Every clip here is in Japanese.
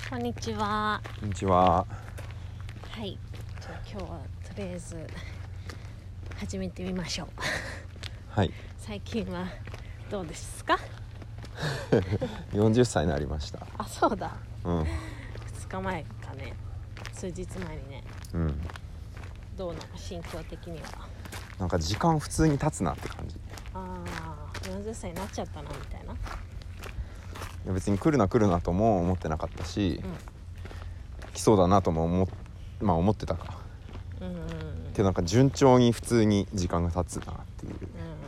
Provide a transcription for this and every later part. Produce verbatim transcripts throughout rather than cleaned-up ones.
こんにちは。 こんにちは。 はい。じゃあ今日はとりあえず始めてみましょう。 はい。 最近はどうですか？ よんじゅっさいになりました。 あ、そうだ。 うん。 ふつかまえかね。数日前にね。 うん。 どうなの心境的には？ なんか時間普通に経つなって感じ。 ああ、よんじゅっさいになっちゃったなみたいな。 いや別に来るな来るなとも思ってなかったし、 うん、 来そうだなとも思まあ思ってたか。 うんうんうん。 けどなんか順調に普通に時間が経つなっていう。 うん、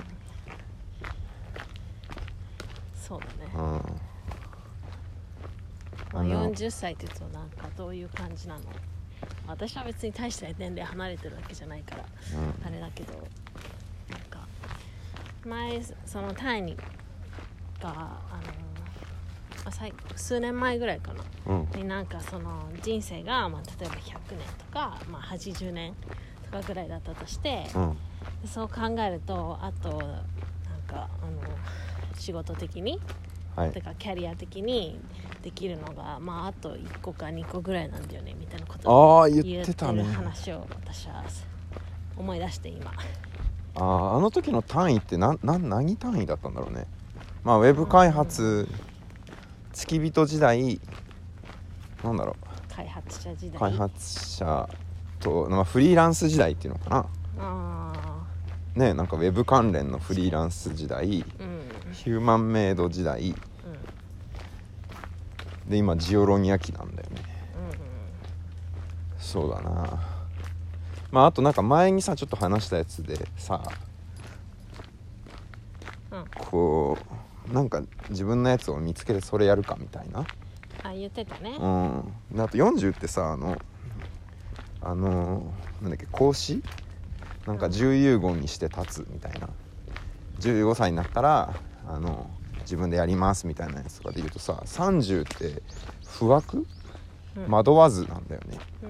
そうだね。 うん。 まあ、よんじゅっさいって言うとなんかどういう感じなの？私は別に大した年齢離れてるわけじゃないから、 うん、 あれだけど、なんか前そのタイにがあの最数年前ぐらいかな、 うん、 になんかその人生が、まあ、例えばひゃくねんとか、まあ、はちじゅうねんとかぐらいだったとして、 うん、 そう考えるとあとなんかあの仕事的に、 はい、 てかキャリア的にできるのが、まあ、あといっこかにこぐらいなんだよねみたいなことを言ってる話を私は思い出して今。 ああ、あの時の単位ってなな何単位だったんだろうね。まあウェブ開発、付き人時代、なんだろう、 開発者時代、 開発者と、まあ、フリーランス時代っていうのかな。 あね、なんかウェブ関連のフリーランス時代、 うん、 ヒューマンメイド時代、 うん、 で今ジオロニア期なんだよね、 うんうん、 そうだな。まああとなんか前にさちょっと話したやつでさ、 うん、 こうなんか自分のやつを見つけてそれやるかみたいな。 あ、言ってたね。 うん。であとよんじゅうってさ、あのあのなんだっけ、孔子なんか重遺言にして立つみたいな、じゅうごさいになったらあの自分でやりますみたいなやつとかで言うとさ、さんじゅうって不惑、 うん、 惑わずなんだよね。 うん、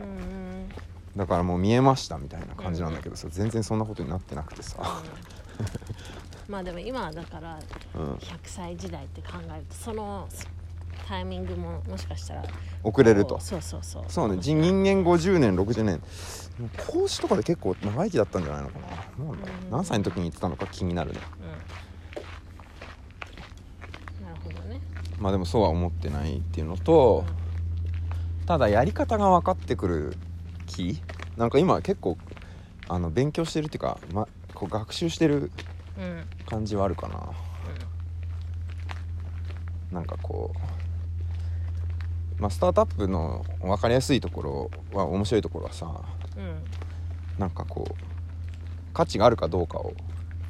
だからもう見えましたみたいな感じなんだけどさ、全然そんなことになってなくてさ、 うん、まあでも今はだからうん、 ひゃくさい時代って考えるとそのタイミングももしかしたら遅れると。 そうそうそうそうね、人間ごじゅうねんろくじゅうねん、孔子とかで結構長生きだったんじゃないのかな。もう、ね、 うん、 何歳の時に言ってたのか気になるね。 うん、なるほどね。 まあでもそうは思ってないっていうのと、うん、ただやり方が分かってくる気、なんか今結構あの勉強してるっていうか、ま、こう学習してる感じはあるかな、うんうん、なんかこう、まあ、スタートアップの分かりやすいところは面白いところはさ、うん、なんかこう価値があるかどうかを、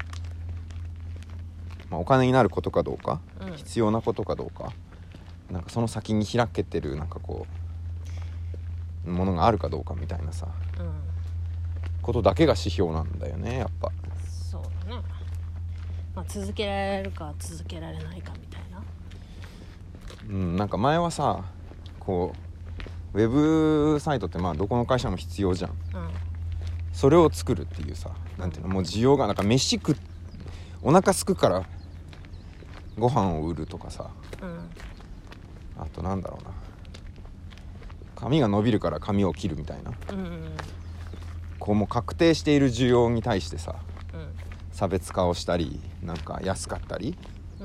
まあ、お金になることかどうか、うん、必要なことかどうか、なんかその先に開けてるなんかこうものがあるかどうかみたいなさ、うん、ことだけが指標なんだよね、やっぱ。 そうだね、まあ、続けられるか続けられないかみたいな。 うん、なんか前はさ、こうウェブサイトってまあどこの会社も必要じゃん、うん、それを作るっていうさ、なんていうの、もう需要がなんか飯食っお腹すくからご飯を売るとかさ、うん、あとなんだろうな、髪が伸びるから髪を切るみたいな、うんうん、こうもう確定している需要に対してさ、うん、差別化をしたり、なんか安かったり、うん、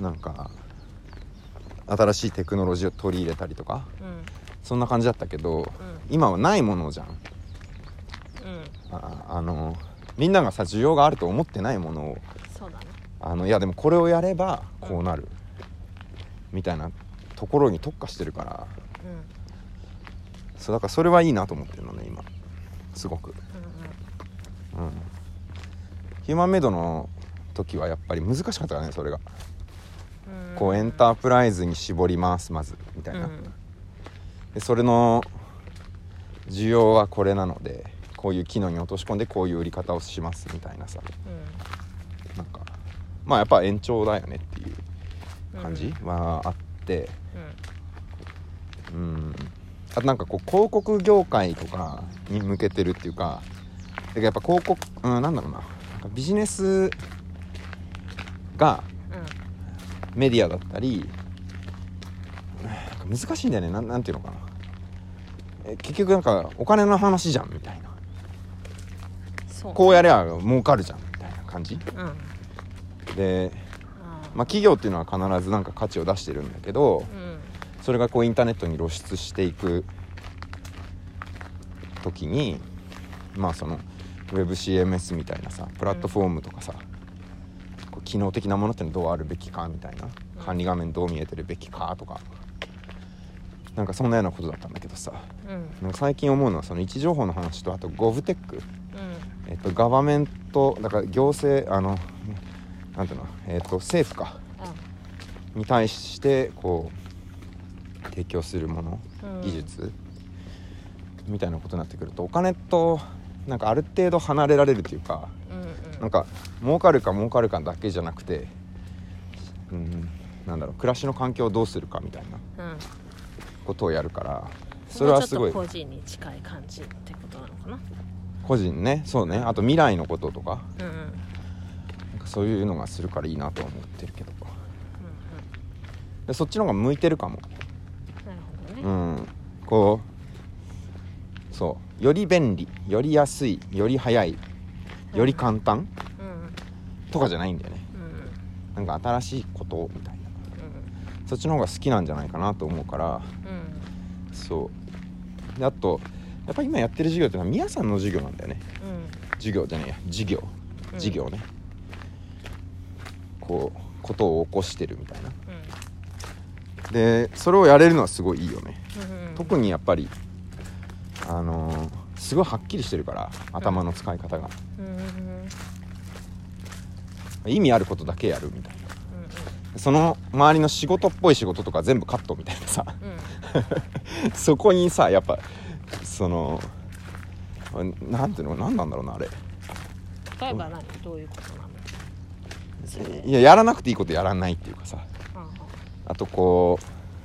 なんか新しいテクノロジーを取り入れたりとか、うん、そんな感じだったけど、うん、今はないものじゃん、うん、あ, あのみんながさ需要があると思ってないものを、 そうだね、 あのいやでもこれをやればこうなる、うん、みたいなところに特化してるから、うん、そうだからそれはいいなと思ってるのね今すごく、うんうんうん、ヒューマンメイドの時はやっぱり難しかったからね、それが。こうエンタープライズに絞りますまずみたいな、うん、でそれの需要はこれなのでこういう機能に落とし込んでこういう売り方をしますみたいなさ、うん、なんかまあやっぱ延長だよねっていう感じはあって、うん、うん、あとなんかこう広告業界とかに向けてるっていうか、やっぱ広告、うん、なんだろうな、なんかビジネスがメディアだったり難しいんだよね。な ん, なんていうのかなえ結局なんかお金の話じゃんみたいな。 そうこうやりゃ儲かるじゃんみたいな感じ、 うん、 で、まあ、企業っていうのは必ずなんか価値を出してるんだけど、 うん、 それがこうインターネットに露出していく時にまあそのウェブ シーエムエス みたいなさプラットフォームとかさ、うん、こう機能的なものってのはどうあるべきかみたいな、うん、管理画面どう見えてるべきかとかなんかそんなようなことだったんだけどさ、うん、なんか最近思うのはその位置情報の話とあと ゴブテック、うんえっと、ガバメントだから行政あのなんていうの、えっと、政府か、うん、に対してこう提供するもの、うん、技術みたいなことになってくるとお金となんかある程度離れられるというか、うんうん、なんか儲かるか儲かるかだけじゃなくて、うん、なんだろう暮らしの環境をどうするかみたいなことをやるから、 うん、それはすごい個人に近い感じってことなのかな。 個人ねそうねあと未来のこととか、 うんうん、 なんかそういうのがするからいいなと思ってるけど、うんうん、でそっちの方が向いてるかも。 なるほどね、 うん、こうそうより便利より安いより早いより簡単、うん、とかじゃないんだよね、うん、なんか新しいことみたいな、うん、そっちの方が好きなんじゃないかなと思うから、うん、そうであとやっぱり今やってる授業ってのは宮さんの授業なんだよね、うん、授業じゃねえや授業授業ね、うん、こうことを起こしてるみたいな、うん、でそれをやれるのはすごいいいよね、うん、特にやっぱりあのー、すごいはっきりしてるから頭の使い方が、うん、意味あることだけやるみたいな、うん、その周りの仕事っぽい仕事とか全部カットみたいなさ、うん、そこにさやっぱそのなんていうの何なんだろうなあれ。 例えば何どういうことなの。 いややらなくていいことやらないっていうかさ、うん、あとこ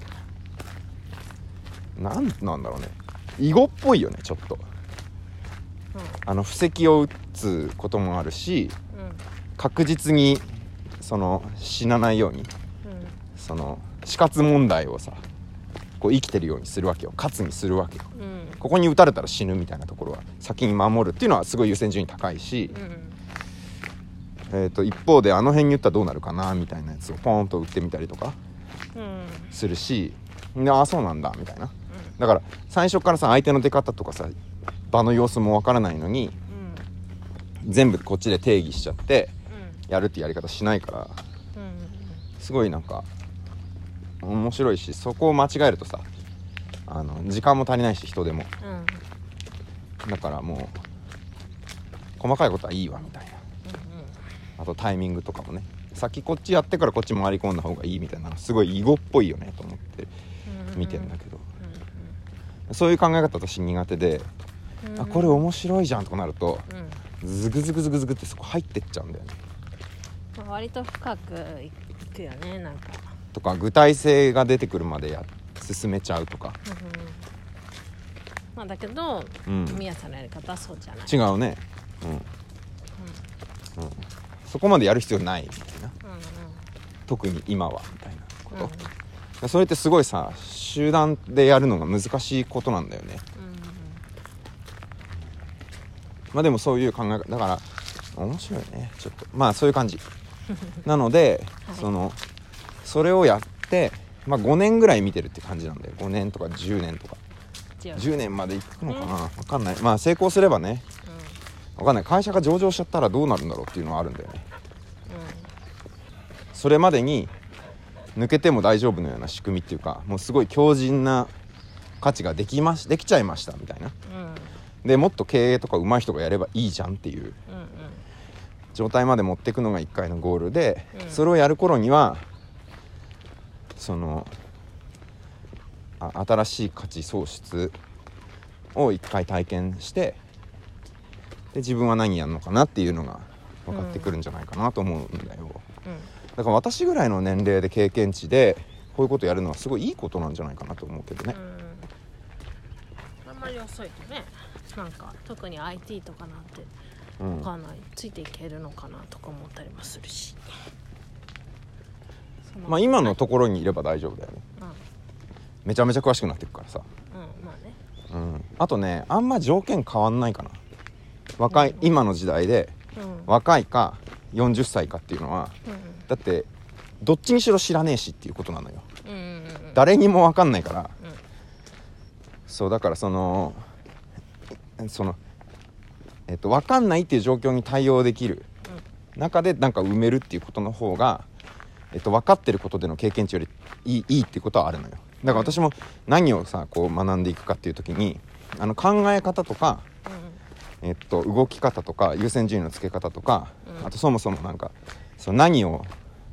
うなんなんだろうね囲碁っぽいよねちょっと、うん、あの布石を打つこともあるし、うん、確実にその死なないように、うん、その死活問題をさこう生きてるようにするわけよ勝つにするわけよ、うん、ここに打たれたら死ぬみたいなところは先に守るっていうのはすごい優先順位高いし、うんえー、と一方であの辺に打ったらどうなるかなみたいなやつをポーンと打ってみたりとかするし、うん、でああそうなんだみたいなだから最初からさ相手の出方とかさ場の様子もわからないのに、うん、全部こっちで定義しちゃって、うん、やるってやり方しないから、うん、すごいなんか面白いしそこを間違えるとさあの時間も足りないし人でも、うん、だからもう細かいことはいいわみたいな、うんうん、あとタイミングとかもね先こっちやってからこっち回り込んだ方がいいみたいなすごい囲碁っぽいよねと思って見てんだけど、そういう考え方私苦手で、うん、あこれ面白いじゃんとかなると、うん、ズグズグズグズグってそこ入ってっちゃうんだよね、 まあ、割と深くいくよねなんかとか具体性が出てくるまでや進めちゃうとか、うん、 まあだけど、うん、宮さんのやり方はそうじゃない違うね、うんうんうん、そこまでやる必要ないみたいな、うんうん、特に今はみたいなこと、うん、それってすごいさ集団でやるのが難しいことなんだよね、うんうん、まあでもそういう考えだから面白いねちょっとまあそういう感じなので、はい、そのそれをやって、まあ、ごねんぐらい見てるって感じなんだよごねんとかじゅうねんとかじゅうねんまでいくのかな、うん、分かんないまあ成功すればね、うん、分かんない会社が上場しちゃったらどうなるんだろうっていうのはあるんだよね、うん、それまでに抜けても大丈夫のような仕組みっていうかもうすごい強靭な価値ができましできちゃいましたみたいな、うん、でもっと経営とか上手い人がやればいいじゃんっていう、うんうん、状態まで持っていくのがいっかいのゴールで、うん、それをやる頃にはそのあ新しい価値創出を一回体験してで自分は何やるのかなっていうのが分かってくるんじゃないかなと思うんだよ、うんうん、だから私ぐらいの年齢で経験値でこういうことやるのはすごいいいことなんじゃないかなと思うけどね、 うん、あんまり遅いとねなんか特に アイティー とかなんて分かんない、うん、ついていけるのかなとか思ったりもするしまあ今のところにいれば大丈夫だよね、 めちゃめちゃ詳しくなっていくからさ、 うんまあね、 うん、あとねあんま条件変わんないかな若い、うん、今の時代で、うん、若いかよんじゅっさいかっていうのは、うん、だってどっちにしろ知らねえしっていうことなのよ、うんうんうん、誰にも分かんないから、うん、そうだからそのそのえっと分かんないっていう状況に対応できる中でなんか埋めるっていうことの方が、えっと、分かってることでの経験値よりいい、いいっていうことはあるのよ。だから私も何をさこう学んでいくかっていう時にあの考え方とか、うんえっと、動き方とか優先順位のつけ方とか、うん、あとそもそもなんかその何を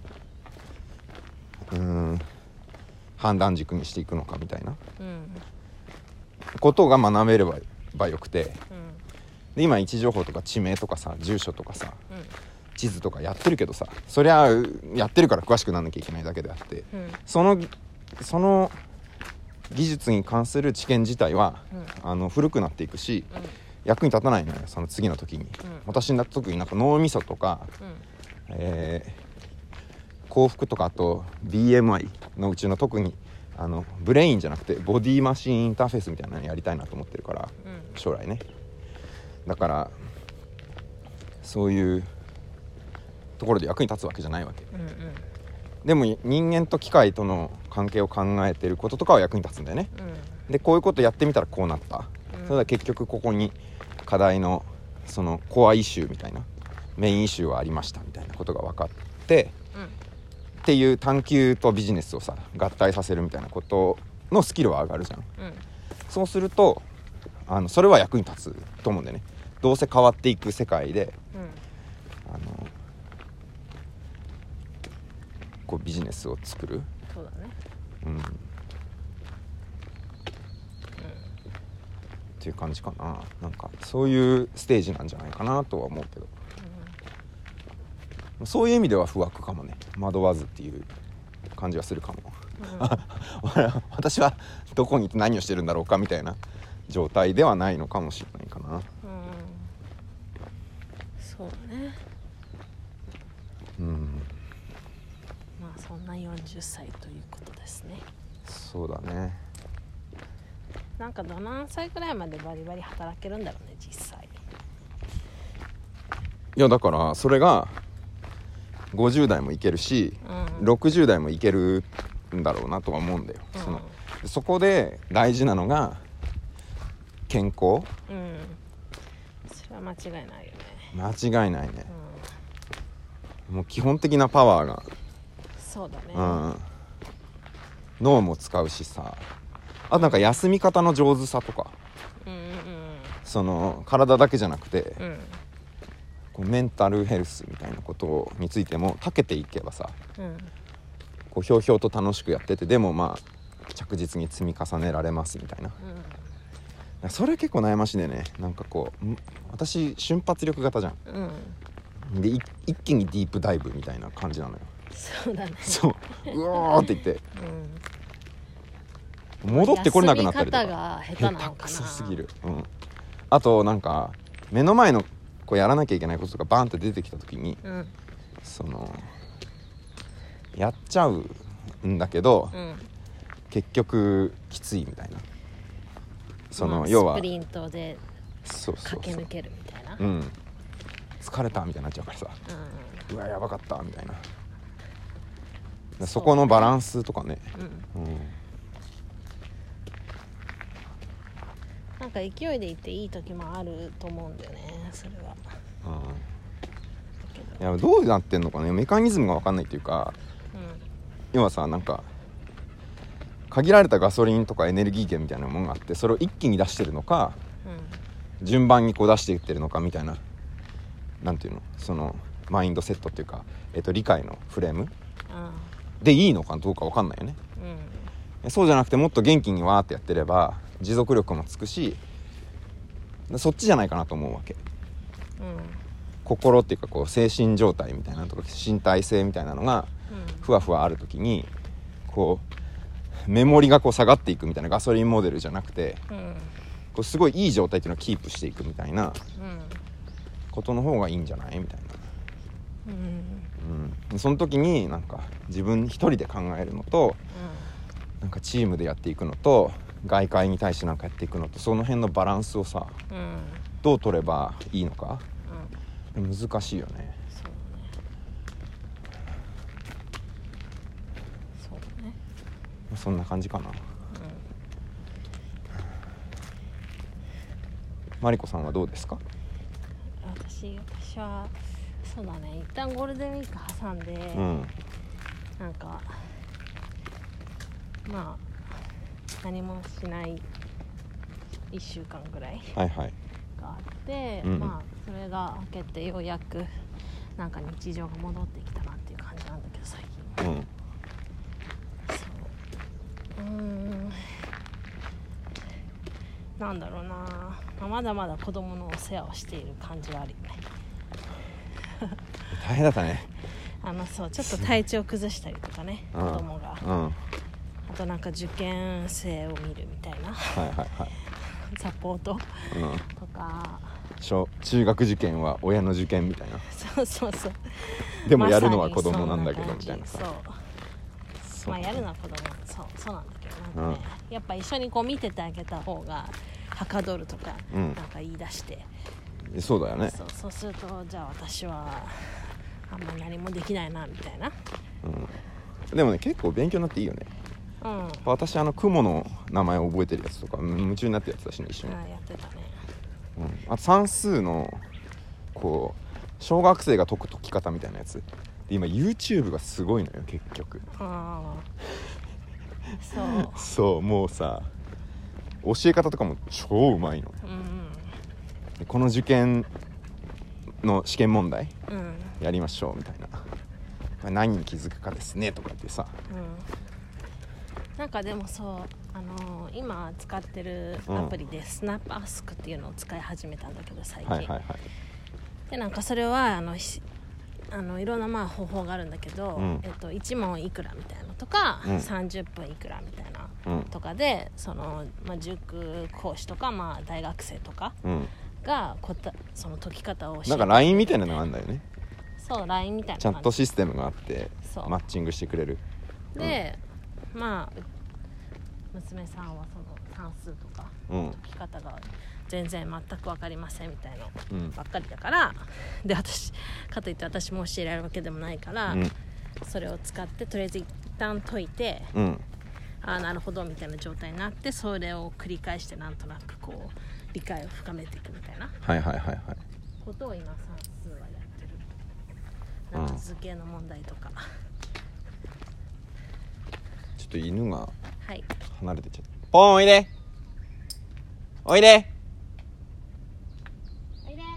うーん判断軸にしていくのかみたいな、うん、ことが学べれば、ばよくて、うん、で今位置情報とか地名とかさ住所とかさ、うん、地図とかやってるけどさそりゃやってるから詳しくなんなきゃいけないだけであって、うん、そのその技術に関する知見自体は、うん、あの古くなっていくし、うん、役に立たないのよその次の時に、うん、私になった時になんか脳みそとか、うんえー、幸福とかあと ビーエムアイ のうちの特にあのブレインじゃなくてボディマシンインターフェースみたいなのやりたいなと思ってるから、うん、将来ねだからそういうところで役に立つわけじゃないわけ、うんうん、でも人間と機械との関係を考えてることとかは役に立つんだよね、うん、でこういうことやってみたらこうなった、うん、それは結局ここに課題のそのコアイシューみたいなメインイシューはありましたみたいなことが分かって、うん、っていう探求とビジネスをさ合体させるみたいなことのスキルは上がるじゃん、うん、そうするとあのそれは役に立つと思うんだよね。どうせ変わっていく世界で、うん、あのこうビジネスを作るそうだね、 うんうん、っていう感じかな。なんかそういうステージなんじゃないかなとは思うけど、うん、そういう意味では不惑かもね。惑わずっていう感じはするかも、うん、私はどこにいて何をしてるんだろうかみたいな状態ではないのかもしれないかな、うん、 そうね、 うんまあそんなよんじゅっさいということですね。 そうだね。 なんかど何歳くらいまでバリバリ働けるんだろうね実際。 いやだからそれがごじゅう代もいけるし、うん、ろくじゅう代もいけるんだろうなとは思うんだよ、うん、そのそこで大事なのが健康、うん、 それは間違いないよね。 間違いないね、うん、もう基本的なパワーがそうだね、 うん、脳も使うしさ、あとなんか休み方の上手さとか、うんうんうん、その体だけじゃなくて、うん、こうメンタルヘルスみたいなことについても長けていけばさ、うん、こうひょうひょうと楽しくやっててでもまあ着実に積み重ねられますみたいな、うん、それ結構悩ましいんだよね。なんかこう私瞬発力型じゃん、うん、で一気にディープダイブみたいな感じなのよ。 そうだね。 そううわーって言って、うん、戻ってこれなくなったりとか。 休み方が下手なのかな。 下手くそすぎる、うん、あとなんか目の前のこうやらなきゃいけないことがバーンって出てきた時に、うん、そのやっちゃうんだけど、うん、結局きついみたいな、その、まあ、要はスプリントで駆け抜けるみたいな、 うん、疲れたみたいになっちゃうからさ、うん、うわやばかったみたいな、そこのバランスとかね、うんうん、 なんか勢いでいっていい時もあると思うんだよねそれは、 うん、いやどうなってんのかねメカニズムが分かんないっていうか、うん、今さなんか限られたガソリンとかエネルギー源みたいなものがあってそれを一気に出してるのか、うん、順番にこう出していってるのかみたいな、なんていうのそのマインドセットっていうか、えっと、理解のフレーム、うんでいいのかどうか分かんないよね、うん、そうじゃなくてもっと元気にわーってやってれば持続力もつくしそっちじゃないかなと思うわけ、うん、心っていうかこう精神状態みたいなとか身体性みたいなのがふわふわある時にこうメモリがこう下がっていくみたいなガソリンモデルじゃなくて、うん、こうすごいいい状態っていうのをキープしていくみたいなことの方がいいんじゃないみたいな、うんうん、その時になんか自分一人で考えるのと、 なんかチームでやっていくのと外界に対してなんかやっていくのと、その辺のバランスをさ、 うん、 どう取ればいいのか、 うん、 難しいよね。 そうねそうね、 そんな感じかな。 うん、 マリコさんはどうですか？ 私私はそうだね、一旦ゴールデンウィーク挟んで、 うん、 なんかまあ何もしないいっしゅうかんぐらいはいはいがあって、 うん、 まあそれが明けてようやくなんか日常が戻ってきたなっていう感じなんだけど最近は、 うん、 そううーんなんだろうな、まあ、まだまだ子供のお世話をしている感じはあるよね大変だったね。 あのそうちょっと体調崩したりとかね、子供が、 うん、 あとなんか受験生を見るみたいなはいはいはいサポート、 うん、 とか小中学受験は親の受験みたいな。 そうそうそうでもやるのは子供なんだけどみたいなさ、 そうそうまあやるのは子供そうそうなんだけどなんかね、うん、やっぱ一緒にこう見ててあげた方がはかどるとか、うん、なんか言い出して、 そうだよね。 そうそうするとじゃあ私はあんま何もできないなみたいな、 うん、でもね結構勉強になっていいよね。うん、私あの雲の名前を覚えてるやつとか夢中になってやってたしね、一緒に。 あやってたね、 うん、あと算数のこう小学生が解く解き方みたいなやつで今 YouTube がすごいのよ結局。 あそうそうもうさ教え方とかも超うまいの、うんうん、でこの受験の試験問題、うん、やりましょうみたいな、まあ、何に気づくかですねとか言ってさ、 うん、なんかでもそう、あのー、今使ってるアプリで、うん、スナップアスクっていうのを使い始めたんだけど最近、はいはいはい、でなんかそれはあのあのいろんなまあ方法があるんだけど、うんえっと、いち問いくらみたいなのとか、うん、さんじゅっぷんいくらみたいな、うん、とかでその、まあ、塾講師とか、まあ、大学生とかがこたその解き方を教えて、 なんか ライン みたいなのがあるんだよね。 そう ライン みたいなちゃんとシステムがあってマッチングしてくれる。 で、うん、まあ娘さんはその算数とか解き方が全然全く分かりませんみたいなばっかりだから、うん、で私かといって私も教えられるわけでもないから、うん、それを使ってとりあえず一旦解いて、うん、ああなるほどみたいな状態になって、それを繰り返してなんとなくこう理解を深めていくみたいなことを今算数はやってる。なんか図形の問題とか、うん、 ちょっと犬が離れてちゃった、はい、ポンおいでおいでおいで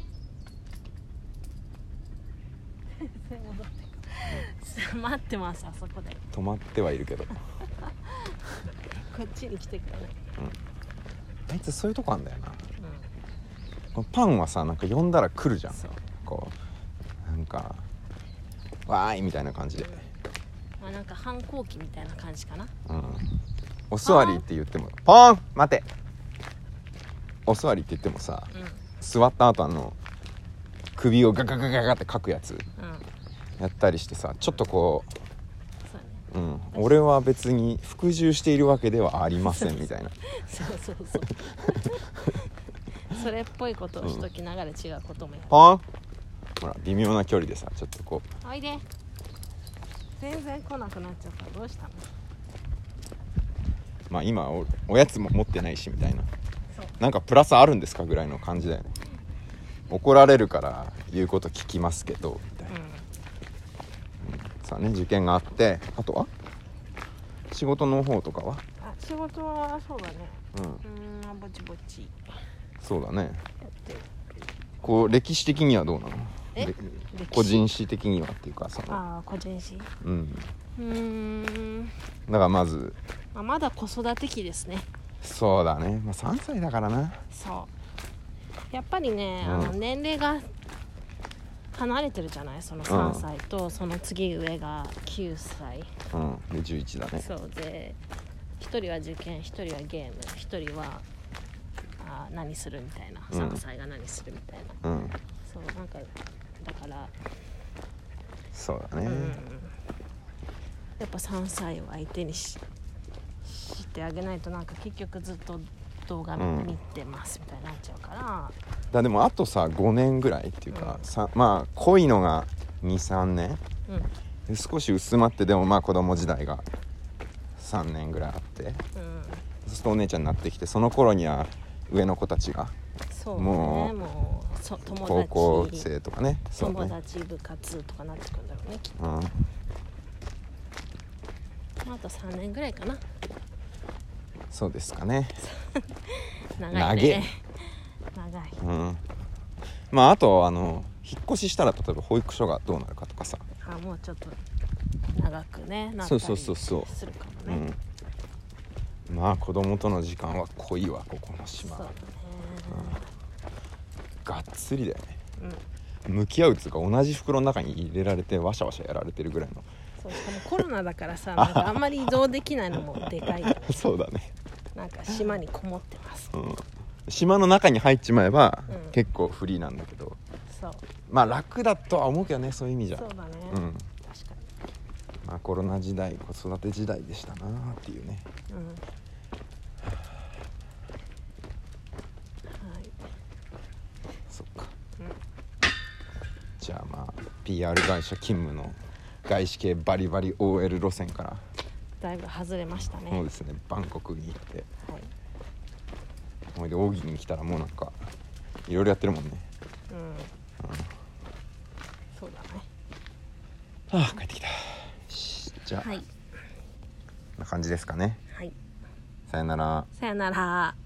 戻ってく待ってます、あそこで止まってはいるけどこっちに来てくれない、 うん、あいつそういうとこあんだよな、うん、このパンはさなんか呼んだら来るじゃん。こうなんかわーいみたいな感じで、 うん、あなんか反抗期みたいな感じかな、 うん、お座りって言ってもポン待てお座りって言ってもさ、うん、座った後あの首をガガガガガってかくやつ、うん、やったりしてさちょっとこう、うん、俺は別に服従しているわけではありませんみたいなそうそうそうそれっぽいことをしときながら違うこともやる、うん、 ポンほら微妙な距離でさちょっとこうおいで全然来なくなっちゃった。どうしたの？ まあ今 お, おやつも持ってないしみたいな、なんかプラスあるんですかぐらいの感じだよね。怒られるから言うこと聞きますけどみたいな、うんうん、さあね受験があって、あとは仕事の方とかはあ仕事はそうだね、うんうんぼちぼちそうだね。こう歴史的にはどうなの？え個人史的にはっていうかそのあ個人史うんうーんだからまず、 まあ、まだ子育て期ですね。 そうだね、まあ、さんさいだからな。 そうやっぱりね、うん、あの年齢が離れてるじゃない。そのさんさいと、うん、その次上がきゅうさい、 うん、でじゅういちだね。 そうでひとりは受験、ひとりはゲーム、ひとりはあ何するみたいな、うん、さんさいが何するみたいな、うん、そうなんかだからそうだね、うん、 やっぱさんさいを相手に し, してあげないとなんか結局ずっと動画見てますみたいになっちゃうから、 うん、だでもあとさごねんぐらいっていうか、うん、さまあ濃いのが にさんねん、うん、で少し薄まってでもまあ子供時代がさんねんぐらいあって、うん、そうするとお姉ちゃんになってきてその頃には上の子たちがそう、ね、 もう、 もうそ友達高校生とかね友達部活とかなってくるんだろうねきっと、うんあとさんねんぐらいかな。 そうですかね長いね長い、 うん、まああとあの引っ越ししたら例えば保育所がどうなるかとかさあもうちょっと長くねなったりするかもね。 うん、まあ子供との時間は濃いわここの島。そうだね、うん、がっつりだよね、うん、向き合うっつうか同じ袋の中に入れられてワシャワシャやられてるぐらいの。 そうしかもコロナだからさなんかあんまり移動できないのもでかいよねそうだねなんか島にこもってます、うん、 島の中に入っちまえば、うん、結構フリーなんだけどそうまあ楽だとは思うけどねそういう意味じゃ。 そうだね、うん、確かにまあコロナ時代子育て時代でしたなっていうね、うん、はいそっか、うん、じゃあまあ ピーアール 会社勤務の外資系バリバリ オーエル 路線からだいぶ外れましたね。 そうですねバンコクに行って、はい、ほいでオーギーに来たらもうなんかいろいろやってるもんね。うん、うん、 そうだね。 はあ帰ってきた。じゃあ、はい、こんな感じですかね。はい。さよなら。 さよなら。